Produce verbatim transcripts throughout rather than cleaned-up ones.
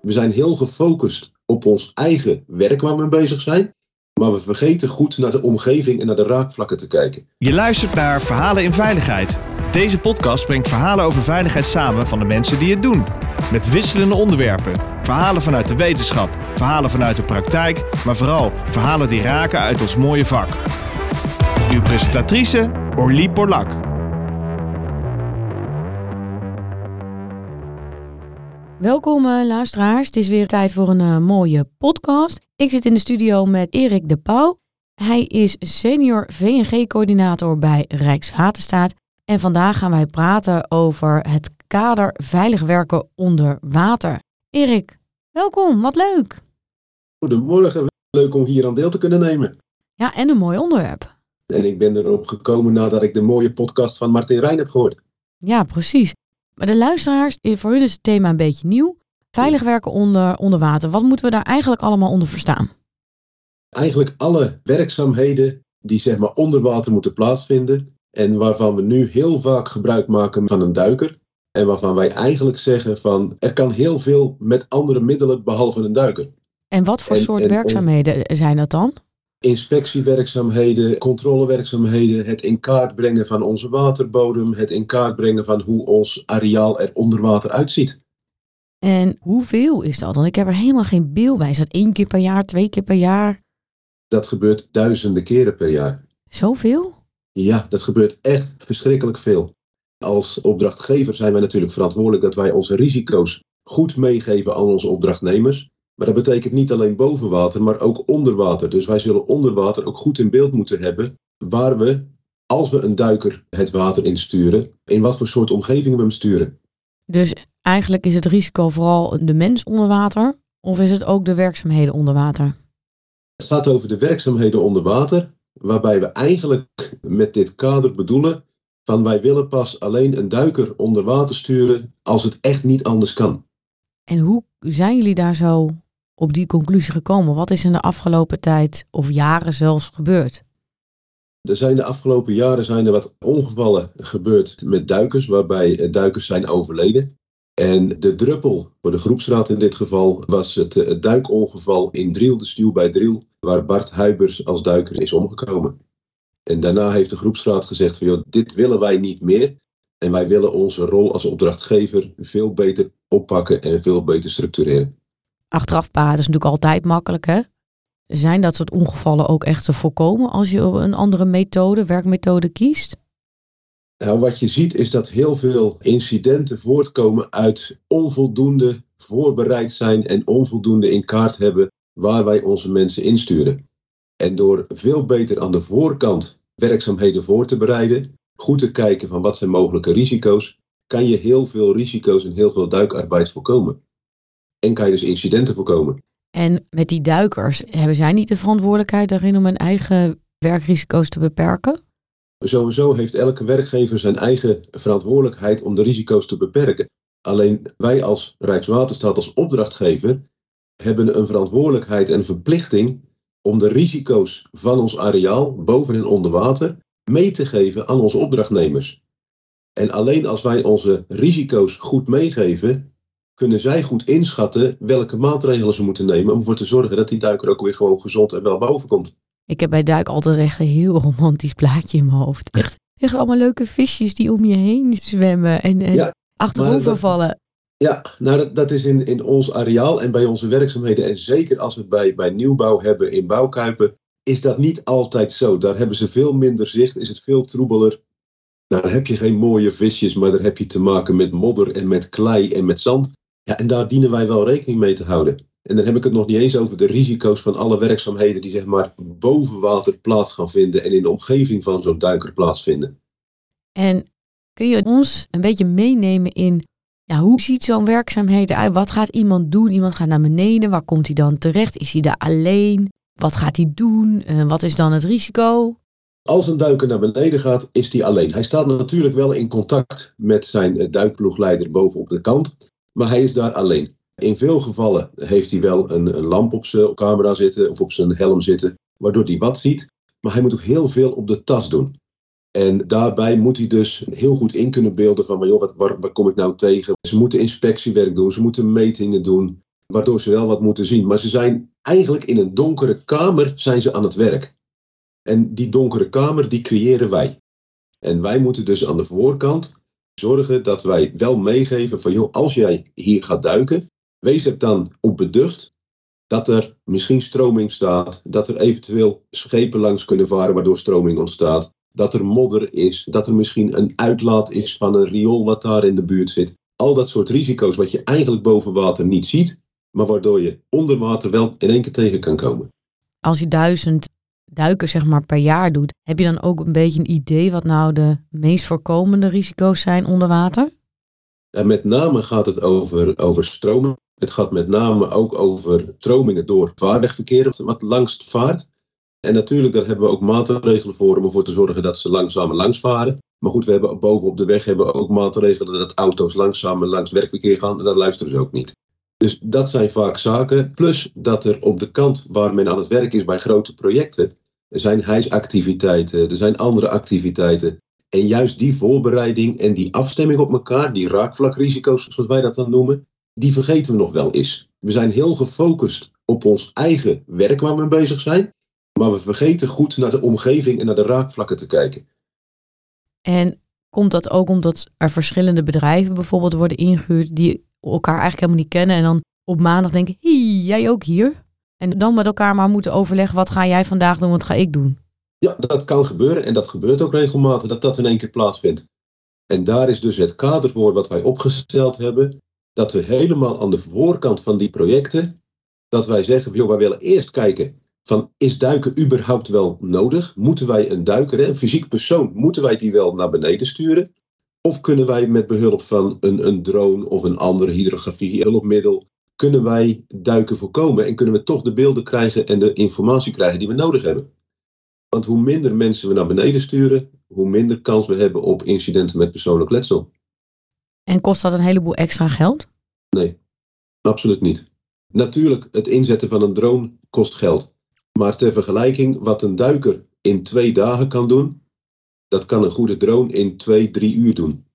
We zijn heel gefocust op ons eigen werk waar we mee bezig zijn. Maar we vergeten goed naar de omgeving en naar de raakvlakken te kijken. Je luistert naar Verhalen in Veiligheid. Deze podcast brengt verhalen over veiligheid samen van de mensen die het doen. Met wisselende onderwerpen. Verhalen vanuit de wetenschap, verhalen vanuit de praktijk, maar vooral verhalen die raken uit ons mooie vak. Uw presentatrice, Orlie Borlak. Welkom uh, luisteraars, het is weer tijd voor een uh, mooie podcast. Ik zit in de studio met Erik de Pauw. Hij is senior V en G-coördinator bij Rijkswaterstaat. En vandaag gaan wij praten over het kader veilig werken onder water. Erik, welkom, wat leuk. Goedemorgen, leuk om hier aan deel te kunnen nemen. Ja, en een mooi onderwerp. En ik ben erop gekomen nadat ik de mooie podcast van Martin Rijn heb gehoord. Ja, precies. Maar de luisteraars, voor hun is het thema een beetje nieuw. Veilig werken onder, onder water. Wat moeten we daar eigenlijk allemaal onder verstaan? Eigenlijk alle werkzaamheden die zeg maar onder water moeten plaatsvinden. En waarvan we nu heel vaak gebruik maken van een duiker. En waarvan wij eigenlijk zeggen van er kan heel veel met andere middelen behalve een duiker. En wat voor en, soort en werkzaamheden on... zijn dat dan? Inspectiewerkzaamheden, controlewerkzaamheden, het in kaart brengen van onze waterbodem, het in kaart brengen van hoe ons areaal er onder water uitziet. En hoeveel is dat dan? Ik heb er helemaal geen beeld bij. Is dat één keer per jaar, twee keer per jaar? Dat gebeurt duizenden keren per jaar. Zoveel? Ja, dat gebeurt echt verschrikkelijk veel. Als opdrachtgever zijn wij natuurlijk verantwoordelijk dat wij onze risico's goed meegeven aan onze opdrachtnemers. Maar dat betekent niet alleen boven water, maar ook onder water. Dus wij zullen onder water ook goed in beeld moeten hebben waar we, als we een duiker het water insturen, in wat voor soort omgeving we hem sturen. Dus eigenlijk is het risico vooral de mens onder water, of is het ook de werkzaamheden onder water? Het gaat over de werkzaamheden onder water, waarbij we eigenlijk met dit kader bedoelen van wij willen pas alleen een duiker onder water sturen als het echt niet anders kan. En hoe zijn jullie daar zo op die conclusie gekomen? Wat is in de afgelopen tijd of jaren zelfs gebeurd? Er zijn de afgelopen jaren zijn er wat ongevallen gebeurd met duikers, waarbij duikers zijn overleden. En de druppel, voor de groepsraad in dit geval, was het, het duikongeval in Driel, de stuw bij Driel, waar Bart Huibers als duiker is omgekomen. En daarna heeft de groepsraad gezegd van, joh, dit willen wij niet meer. En wij willen onze rol als opdrachtgever veel beter oppakken en veel beter structureren. Achteraf praten is natuurlijk altijd makkelijk, hè? Zijn dat soort ongevallen ook echt te voorkomen als je een andere methode, werkmethode kiest? Nou, wat je ziet is dat heel veel incidenten voortkomen uit onvoldoende voorbereid zijn en onvoldoende in kaart hebben waar wij onze mensen insturen. En door veel beter aan de voorkant werkzaamheden voor te bereiden, goed te kijken van wat zijn mogelijke risico's, kan je heel veel risico's en heel veel duikarbeid voorkomen. En kan je dus incidenten voorkomen. En met die duikers, hebben zij niet de verantwoordelijkheid daarin om hun eigen werkrisico's te beperken? Sowieso heeft elke werkgever zijn eigen verantwoordelijkheid om de risico's te beperken. Alleen wij als Rijkswaterstaat, als opdrachtgever, hebben een verantwoordelijkheid en een verplichting om de risico's van ons areaal, boven en onder water, mee te geven aan onze opdrachtnemers. En alleen als wij onze risico's goed meegeven, kunnen zij goed inschatten welke maatregelen ze moeten nemen om ervoor te zorgen dat die duiker ook weer gewoon gezond en wel boven komt. Ik heb bij duik altijd echt een heel romantisch plaatje in mijn hoofd. Echt, echt allemaal leuke visjes die om je heen zwemmen en, en ja, achterover vallen. Ja, nou dat, dat is in, in ons areaal en bij onze werkzaamheden. En zeker als we het bij, bij nieuwbouw hebben in bouwkuipen, is dat niet altijd zo. Daar hebben ze veel minder zicht, is het veel troebeler. Daar heb je geen mooie visjes, maar daar heb je te maken met modder en met klei en met zand. Ja, en daar dienen wij wel rekening mee te houden. En dan heb ik het nog niet eens over de risico's van alle werkzaamheden die zeg maar boven water plaats gaan vinden en in de omgeving van zo'n duiker plaatsvinden. En kun je ons een beetje meenemen in, ja, hoe ziet zo'n werkzaamheid eruit? Wat gaat iemand doen? Iemand gaat naar beneden, waar komt hij dan terecht? Is hij daar alleen? Wat gaat hij doen? Uh, wat is dan het risico? Als een duiker naar beneden gaat, is hij alleen. Hij staat natuurlijk wel in contact met zijn duikploegleider boven op de kant, maar hij is daar alleen. In veel gevallen heeft hij wel een, een lamp op zijn camera zitten of op zijn helm zitten, waardoor hij wat ziet. Maar hij moet ook heel veel op de tas doen. En daarbij moet hij dus heel goed in kunnen beelden van, joh, wat, waar, waar kom ik nou tegen? Ze moeten inspectiewerk doen, ze moeten metingen doen. waardoor ze wel wat moeten zien. Maar ze zijn eigenlijk in een donkere kamer zijn ze aan het werk. En die donkere kamer, die creëren wij. En wij moeten dus aan de voorkant zorgen dat wij wel meegeven van, joh, als jij hier gaat duiken, wees er dan op beducht dat er misschien stroming staat, dat er eventueel schepen langs kunnen varen waardoor stroming ontstaat, dat er modder is, dat er misschien een uitlaat is van een riool wat daar in de buurt zit. Al dat soort risico's wat je eigenlijk boven water niet ziet, maar waardoor je onder water wel in één keer tegen kan komen. Als je duizend duiken zeg maar per jaar doet, heb je dan ook een beetje een idee wat nou de meest voorkomende risico's zijn onder water? En met name gaat het over, over stroming. Het gaat met name ook over stromingen door vaarwegverkeer wat langst vaart. En natuurlijk, daar hebben we ook maatregelen voor om ervoor te zorgen dat ze langzamer langs varen. Maar goed, we hebben bovenop de weg hebben we ook maatregelen dat auto's langzamer langs het werkverkeer gaan. En dat luisteren ze ook niet. Dus dat zijn vaak zaken. Plus dat er op de kant waar men aan het werk is bij grote projecten, er zijn hijsactiviteiten, er zijn andere activiteiten. En juist die voorbereiding en die afstemming op elkaar, die raakvlakrisico's zoals wij dat dan noemen, die vergeten we nog wel eens. We zijn heel gefocust op ons eigen werk waar we mee bezig zijn, maar we vergeten goed naar de omgeving en naar de raakvlakken te kijken. En komt dat ook omdat er verschillende bedrijven bijvoorbeeld worden ingehuurd die elkaar eigenlijk helemaal niet kennen en dan op maandag denken, hé, jij ook hier? En dan met elkaar maar moeten overleggen, wat ga jij vandaag doen, wat ga ik doen? Ja, dat kan gebeuren en dat gebeurt ook regelmatig, dat dat in één keer plaatsvindt. En daar is dus het kader voor wat wij opgesteld hebben, dat we helemaal aan de voorkant van die projecten, dat wij zeggen, joh, wij willen eerst kijken van, is duiken überhaupt wel nodig? Moeten wij een duiker, een fysiek persoon, moeten wij die wel naar beneden sturen? Of kunnen wij met behulp van een, een drone of een ander hydrografie hulpmiddel, kunnen wij duiken voorkomen en kunnen we toch de beelden krijgen en de informatie krijgen die we nodig hebben? Want hoe minder mensen we naar beneden sturen, hoe minder kans we hebben op incidenten met persoonlijk letsel. En kost dat een heleboel extra geld? Nee, absoluut niet. Natuurlijk, het inzetten van een drone kost geld. Maar ter vergelijking, wat een duiker in twee dagen kan doen, dat kan een goede drone in twee, drie uur doen.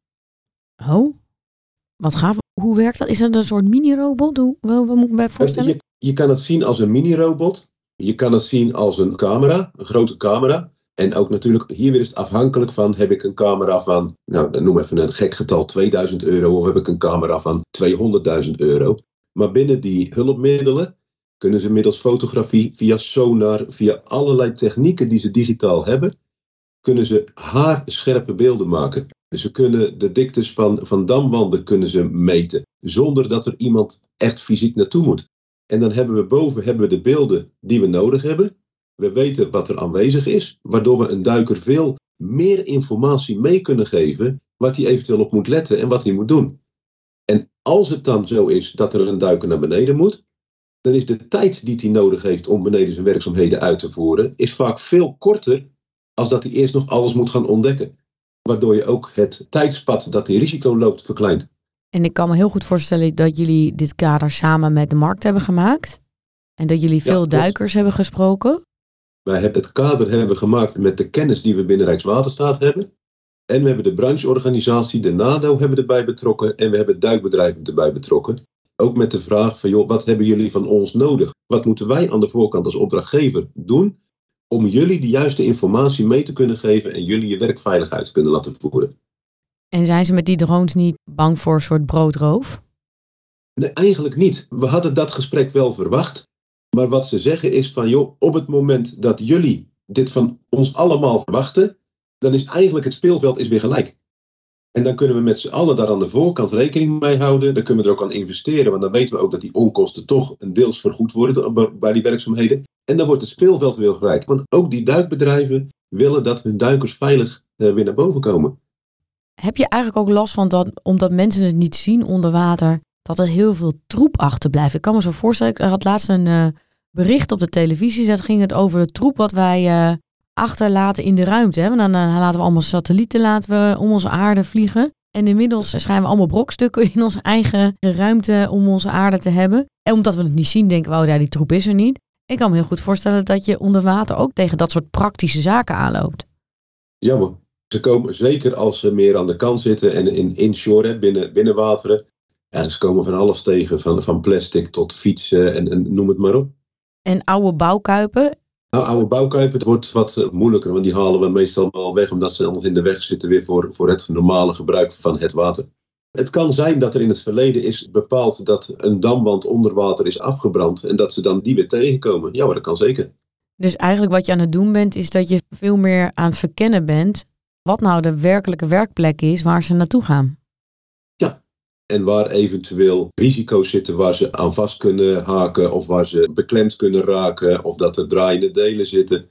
Oh, wat gaaf. Hoe werkt dat? Is dat een soort mini-robot? Hoe, wat moet ik me bij voorstellen? Je, je kan het zien als een mini-robot. Je kan het zien als een camera, een grote camera. En ook natuurlijk, hier weer is het afhankelijk van, heb ik een camera van, nou noem even een gek getal, tweeduizend euro, of heb ik een camera van tweehonderdduizend euro. Maar binnen die hulpmiddelen kunnen ze middels fotografie, via sonar, via allerlei technieken die ze digitaal hebben, kunnen ze haarscherpe beelden maken. Dus ze kunnen de diktes van, van damwanden kunnen ze meten, zonder dat er iemand echt fysiek naartoe moet. En dan hebben we boven hebben we de beelden die we nodig hebben. We weten wat er aanwezig is, waardoor we een duiker veel meer informatie mee kunnen geven, wat hij eventueel op moet letten en wat hij moet doen. En als het dan zo is dat er een duiker naar beneden moet, dan is de tijd die hij nodig heeft om beneden zijn werkzaamheden uit te voeren, is vaak veel korter als dat hij eerst nog alles moet gaan ontdekken. Waardoor je ook het tijdspad dat hij risico loopt verkleint. En ik kan me heel goed voorstellen dat jullie dit kader samen met de markt hebben gemaakt. En dat jullie veel ja, duikers hebben gesproken. Wij hebben het kader hebben we gemaakt met de kennis die we binnen Rijkswaterstaat hebben. En we hebben de brancheorganisatie, de NADO, hebben erbij betrokken. En we hebben duikbedrijven erbij betrokken. Ook met de vraag van, joh, wat hebben jullie van ons nodig? Wat moeten wij aan de voorkant als opdrachtgever doen om jullie de juiste informatie mee te kunnen geven en jullie je werkveiligheid te kunnen laten voeren? En zijn ze met die drones niet bang voor een soort broodroof? Nee, eigenlijk niet. We hadden dat gesprek wel verwacht. Maar wat ze zeggen is van, joh, op het moment dat jullie dit van ons allemaal verwachten, dan is eigenlijk het speelveld is weer gelijk. En dan kunnen we met z'n allen daar aan de voorkant rekening mee houden. Dan kunnen we er ook aan investeren, want dan weten we ook dat die onkosten toch een deels vergoed worden bij die werkzaamheden. En dan wordt het speelveld weer gelijk. Want ook die duikbedrijven willen dat hun duikers veilig uh, weer naar boven komen. Heb je eigenlijk ook last van dat, omdat mensen het niet zien onder water, dat er heel veel troep achterblijft? Ik kan me zo voorstellen, ik had laatst een uh, bericht op de televisie, dat ging het over de troep wat wij uh, achterlaten in de ruimte. Hè? Dan uh, laten we allemaal satellieten laten we om onze aarde vliegen. En inmiddels schijnen we allemaal brokstukken in onze eigen ruimte om onze aarde te hebben. En omdat we het niet zien, denken we, oh ja, die troep is er niet. Ik kan me heel goed voorstellen dat je onder water ook tegen dat soort praktische zaken aanloopt. Jammer. Ze komen zeker als ze meer aan de kant zitten en in inshore, binnen, binnen wateren. Ja, dus komen van alles tegen, van, van plastic tot fietsen en, en noem het maar op. En oude bouwkuipen? Nou, oude bouwkuipen wordt wat moeilijker, want die halen we meestal wel weg, omdat ze dan in de weg zitten weer voor, voor het normale gebruik van het water. Het kan zijn dat er in het verleden is bepaald dat een damwand onder water is afgebrand en dat ze dan die weer tegenkomen. Ja, maar dat kan zeker. Dus eigenlijk wat je aan het doen bent, is dat je veel meer aan het verkennen bent wat nou de werkelijke werkplek is waar ze naartoe gaan. Ja, en waar eventueel risico's zitten waar ze aan vast kunnen haken of waar ze beklemd kunnen raken of dat er draaiende delen zitten.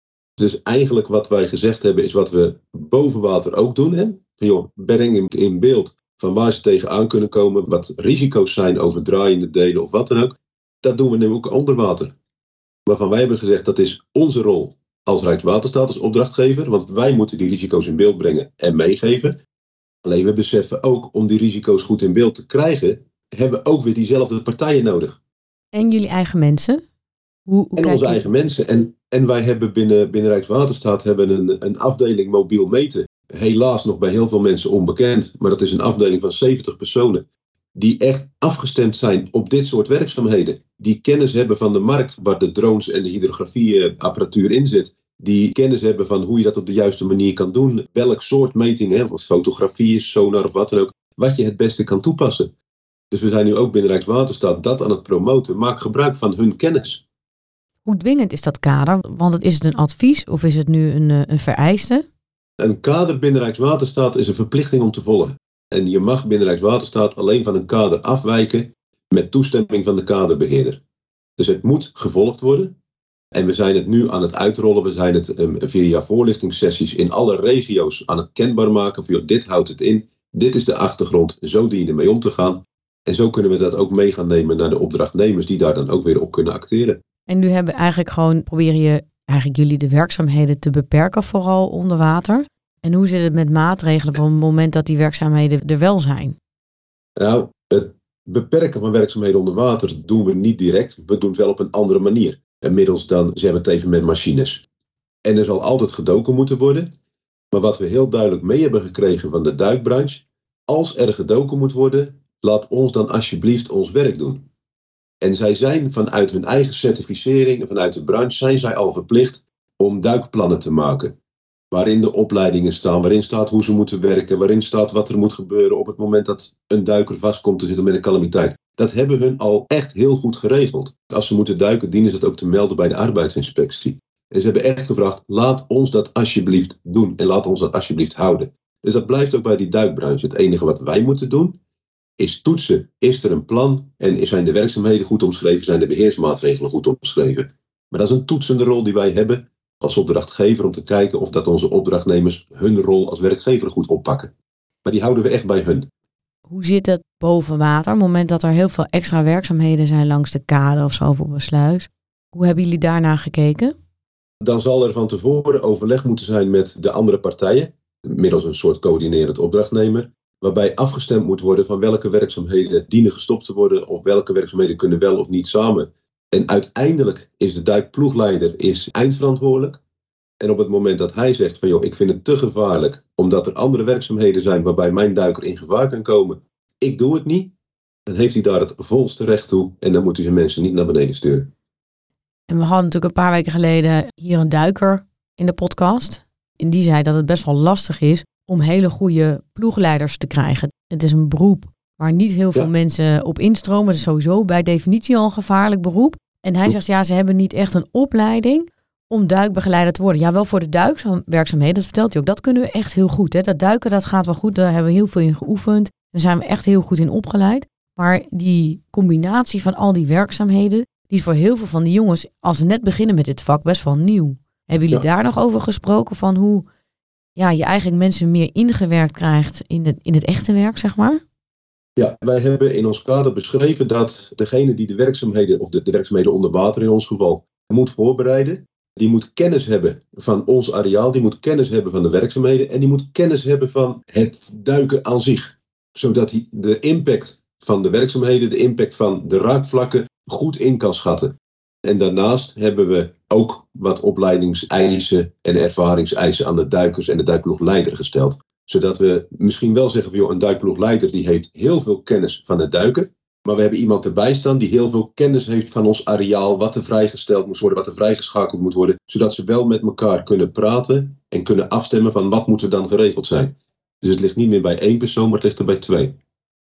Dus eigenlijk wat wij gezegd hebben is wat we boven water ook doen. Hè? Van, joh, breng in beeld van waar ze tegenaan kunnen komen, wat risico's zijn over draaiende delen of wat dan ook. Dat doen we nu ook onder water. Waarvan wij hebben gezegd dat is onze rol als Rijkswaterstaat, als opdrachtgever. Want wij moeten die risico's in beeld brengen en meegeven. Alleen we beseffen ook, om die risico's goed in beeld te krijgen, hebben we ook weer diezelfde partijen nodig. En jullie eigen mensen? Hoe, hoe en onze je? eigen mensen. En, en wij hebben binnen, binnen Rijkswaterstaat hebben een, een afdeling mobiel meten. Helaas nog bij heel veel mensen onbekend. Maar dat is een afdeling van zeventig personen. Die echt afgestemd zijn op dit soort werkzaamheden. Die kennis hebben van de markt waar de drones en de hydrografieapparatuur in zit. Die kennis hebben van hoe je dat op de juiste manier kan doen. Welk soort meting, hè, of fotografie is, sonar of wat dan ook. Wat je het beste kan toepassen. Dus we zijn nu ook binnen Rijkswaterstaat dat aan het promoten. Maak gebruik van hun kennis. Hoe dwingend is dat kader? Want is het een advies of is het nu een, een vereiste? Een kader binnen Rijkswaterstaat is een verplichting om te volgen. En je mag binnen Rijkswaterstaat alleen van een kader afwijken met toestemming van de kaderbeheerder. Dus het moet gevolgd worden. En we zijn het nu aan het uitrollen. We zijn het um, via voorlichtingssessies in alle regio's aan het kenbaar maken. Van, joh, dit houdt het in. Dit is de achtergrond. Zo dien je ermee om te gaan. En zo kunnen we dat ook mee gaan nemen naar de opdrachtnemers die daar dan ook weer op kunnen acteren. En nu hebben eigenlijk gewoon, proberen je eigenlijk jullie de werkzaamheden te beperken, vooral onder water. En hoe zit het met maatregelen voor het moment dat die werkzaamheden er wel zijn? Nou, het beperken van werkzaamheden onder water doen we niet direct. We doen het wel op een andere manier. En middels dan, ze hebben het even met machines. En er zal altijd gedoken moeten worden. Maar wat we heel duidelijk mee hebben gekregen van de duikbranche. Als er gedoken moet worden, laat ons dan alsjeblieft ons werk doen. En zij zijn vanuit hun eigen certificering en vanuit de branche zijn zij al verplicht om duikplannen te maken. Waarin de opleidingen staan, waarin staat hoe ze moeten werken, waarin staat wat er moet gebeuren op het moment dat een duiker vast komt te zitten met een calamiteit. Dat hebben hun al echt heel goed geregeld. Als ze moeten duiken, dienen ze het ook te melden bij de arbeidsinspectie. En ze hebben echt gevraagd, laat ons dat alsjeblieft doen en laat ons dat alsjeblieft houden. Dus dat blijft ook bij die duikbranche. Het enige wat wij moeten doen, is toetsen. Is er een plan en zijn de werkzaamheden goed omschreven, zijn de beheersmaatregelen goed omschreven. Maar dat is een toetsende rol die wij hebben als opdrachtgever om te kijken of dat onze opdrachtnemers hun rol als werkgever goed oppakken. Maar die houden we echt bij hun. Hoe zit het boven water? Op het moment dat er heel veel extra werkzaamheden zijn langs de kade of zo of op een sluis. Hoe hebben jullie daarna gekeken? Dan zal er van tevoren overleg moeten zijn met de andere partijen. Middels een soort coördinerend opdrachtnemer. Waarbij afgestemd moet worden van welke werkzaamheden dienen gestopt te worden. Of welke werkzaamheden kunnen wel of niet samen. En uiteindelijk is de duikploegleider is eindverantwoordelijk. En op het moment dat hij zegt van joh, ik vind het te gevaarlijk. Omdat er andere werkzaamheden zijn waarbij mijn duiker in gevaar kan komen. Ik doe het niet. Dan heeft hij daar het volste recht toe. En dan moet hij zijn mensen niet naar beneden sturen. En we hadden natuurlijk een paar weken geleden hier een duiker in de podcast. En die zei dat het best wel lastig is om hele goede ploegleiders te krijgen. Het is een beroep waar niet heel veel ja. mensen op instromen. Het is sowieso bij definitie al een gevaarlijk beroep. En hij zegt, ja, ze hebben niet echt een opleiding om duikbegeleider te worden. Ja, wel voor de duikwerkzaamheden, dat vertelt hij ook. Dat kunnen we echt heel goed. Hè? Dat duiken, dat gaat wel goed. Daar hebben we heel veel in geoefend. Daar zijn we echt heel goed in opgeleid. Maar die combinatie van al die werkzaamheden, die is voor heel veel van die jongens, als ze net beginnen met dit vak, best wel nieuw. Hebben jullie ja. daar nog over gesproken van hoe ja, je eigenlijk mensen meer ingewerkt krijgt in het, in het echte werk, zeg maar? Ja, wij hebben in ons kader beschreven dat degene die de werkzaamheden, of de, de werkzaamheden onder water in ons geval, moet voorbereiden. Die moet kennis hebben van ons areaal, die moet kennis hebben van de werkzaamheden en die moet kennis hebben van het duiken aan zich. Zodat hij de impact van de werkzaamheden, de impact van de raakvlakken goed in kan schatten. En daarnaast hebben we ook wat opleidingseisen en ervaringseisen aan de duikers en de duikploegleider gesteld. Zodat we misschien wel zeggen van joh, een duikploegleider die heeft heel veel kennis van het duiken. Maar we hebben iemand erbij staan die heel veel kennis heeft van ons areaal. Wat er vrijgesteld moet worden, wat er vrijgeschakeld moet worden. Zodat ze wel met elkaar kunnen praten en kunnen afstemmen van wat moet er dan geregeld zijn. Dus het ligt niet meer bij één persoon, maar het ligt er bij twee.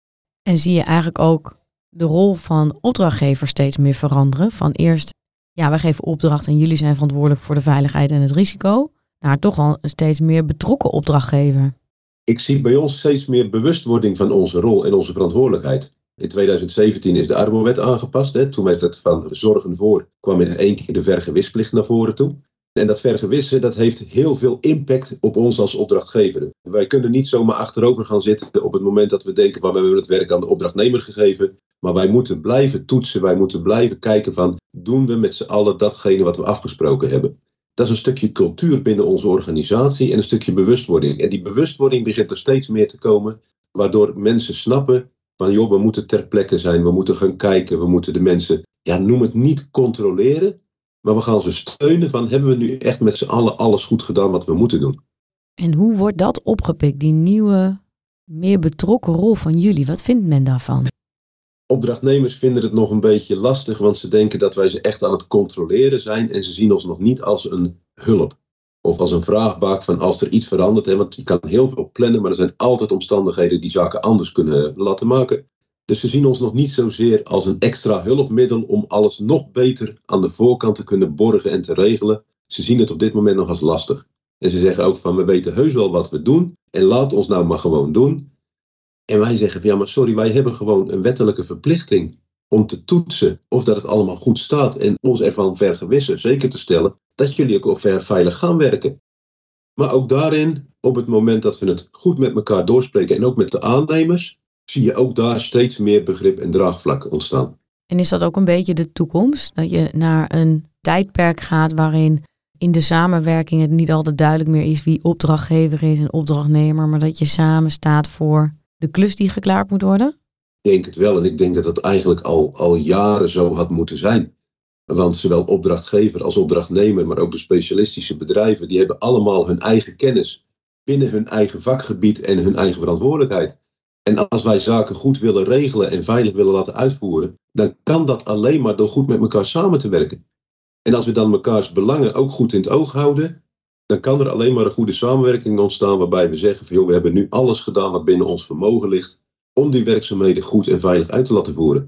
En zie je eigenlijk ook de rol van opdrachtgever steeds meer veranderen. Van eerst, ja, wij geven opdracht en jullie zijn verantwoordelijk voor de veiligheid en het risico. Naar toch wel een steeds meer betrokken opdrachtgever. Ik zie bij ons steeds meer bewustwording van onze rol en onze verantwoordelijkheid. In tweeduizend zeventien is de Arbowet aangepast. Hè. Toen werd het van zorgen voor, kwam in één keer de vergewisplicht naar voren toe. En dat vergewissen, dat heeft heel veel impact op ons als opdrachtgever. Wij kunnen niet zomaar achterover gaan zitten op het moment dat we denken, we hebben het werk aan de opdrachtnemer gegeven. Maar wij moeten blijven toetsen, wij moeten blijven kijken van, doen we met z'n allen datgene wat we afgesproken hebben. Dat is een stukje cultuur binnen onze organisatie en een stukje bewustwording. En die bewustwording begint er steeds meer te komen, waardoor mensen snappen van joh, we moeten ter plekke zijn, we moeten gaan kijken, we moeten de mensen, ja, noem het niet controleren, maar we gaan ze steunen van hebben we nu echt met z'n allen alles goed gedaan wat we moeten doen. En hoe wordt dat opgepikt, die nieuwe, meer betrokken rol van jullie? Wat vindt men daarvan? Opdrachtnemers vinden het nog een beetje lastig, want ze denken dat wij ze echt aan het controleren zijn en ze zien ons nog niet als een hulp. Of als een vraagbaak van als er iets verandert, hè, want je kan heel veel plannen, maar er zijn altijd omstandigheden die zaken anders kunnen laten maken. Dus ze zien ons nog niet zozeer als een extra hulpmiddel om alles nog beter aan de voorkant te kunnen borgen en te regelen. Ze zien het op dit moment nog als lastig. En ze zeggen ook van we weten heus wel wat we doen en laat ons nou maar gewoon doen. En wij zeggen van ja maar sorry, wij hebben gewoon een wettelijke verplichting om te toetsen of dat het allemaal goed staat en ons ervan vergewissen, zeker te stellen dat jullie ook veilig gaan werken. Maar ook daarin, op het moment dat we het goed met elkaar doorspreken en ook met de aannemers, zie je ook daar steeds meer begrip en draagvlak ontstaan. En is dat ook een beetje de toekomst? Dat je naar een tijdperk gaat waarin in de samenwerking het niet altijd duidelijk meer is wie opdrachtgever is en opdrachtnemer, maar dat je samen staat voor de klus die geklaard moet worden? Ik denk het wel en ik denk dat dat eigenlijk al, al jaren zo had moeten zijn. Want zowel opdrachtgever als opdrachtnemer, maar ook de specialistische bedrijven, die hebben allemaal hun eigen kennis binnen hun eigen vakgebied en hun eigen verantwoordelijkheid. En als wij zaken goed willen regelen en veilig willen laten uitvoeren, dan kan dat alleen maar door goed met elkaar samen te werken. En als we dan mekaars belangen ook goed in het oog houden, dan kan er alleen maar een goede samenwerking ontstaan waarbij we zeggen van joh, we hebben nu alles gedaan wat binnen ons vermogen ligt om die werkzaamheden goed en veilig uit te laten voeren.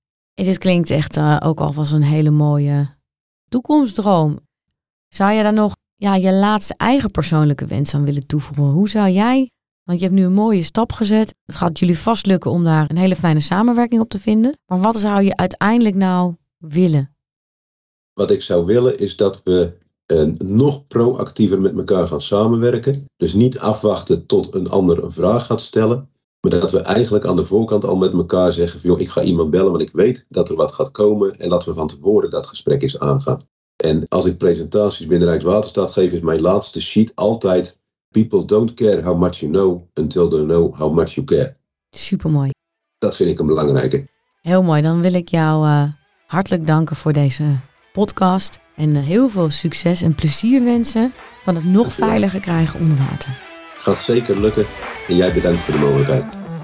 Dit klinkt echt uh, ook alvast een hele mooie toekomstdroom. Zou je daar nog ja, je laatste eigen persoonlijke wens aan willen toevoegen? Hoe zou jij, want je hebt nu een mooie stap gezet. Het gaat jullie vast lukken om daar een hele fijne samenwerking op te vinden. Maar wat zou je uiteindelijk nou willen? Wat ik zou willen is dat we uh, nog proactiever met elkaar gaan samenwerken. Dus niet afwachten tot een ander een vraag gaat stellen. Maar dat we eigenlijk aan de voorkant al met elkaar zeggen van joh, ik ga iemand bellen, want ik weet dat er wat gaat komen. En laten we van tevoren dat gesprek eens aangaan. En als ik presentaties binnen Rijkswaterstaat geef, is mijn laatste sheet altijd people don't care how much you know until they know how much you care. Supermooi. Dat vind ik een belangrijke. Heel mooi. Dan wil ik jou uh, hartelijk danken voor deze podcast. En uh, heel veel succes en plezier wensen van het nog veiliger krijgen onder water. Gaat zeker lukken. En jij bedankt voor de mogelijkheid.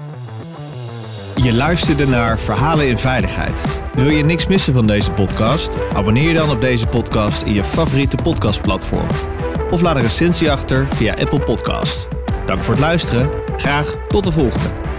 Je luisterde naar Verhalen in Veiligheid. Wil je niks missen van deze podcast? Abonneer je dan op deze podcast in je favoriete podcastplatform. Of laat een recensie achter via Apple Podcast. Dank voor het luisteren. Graag tot de volgende.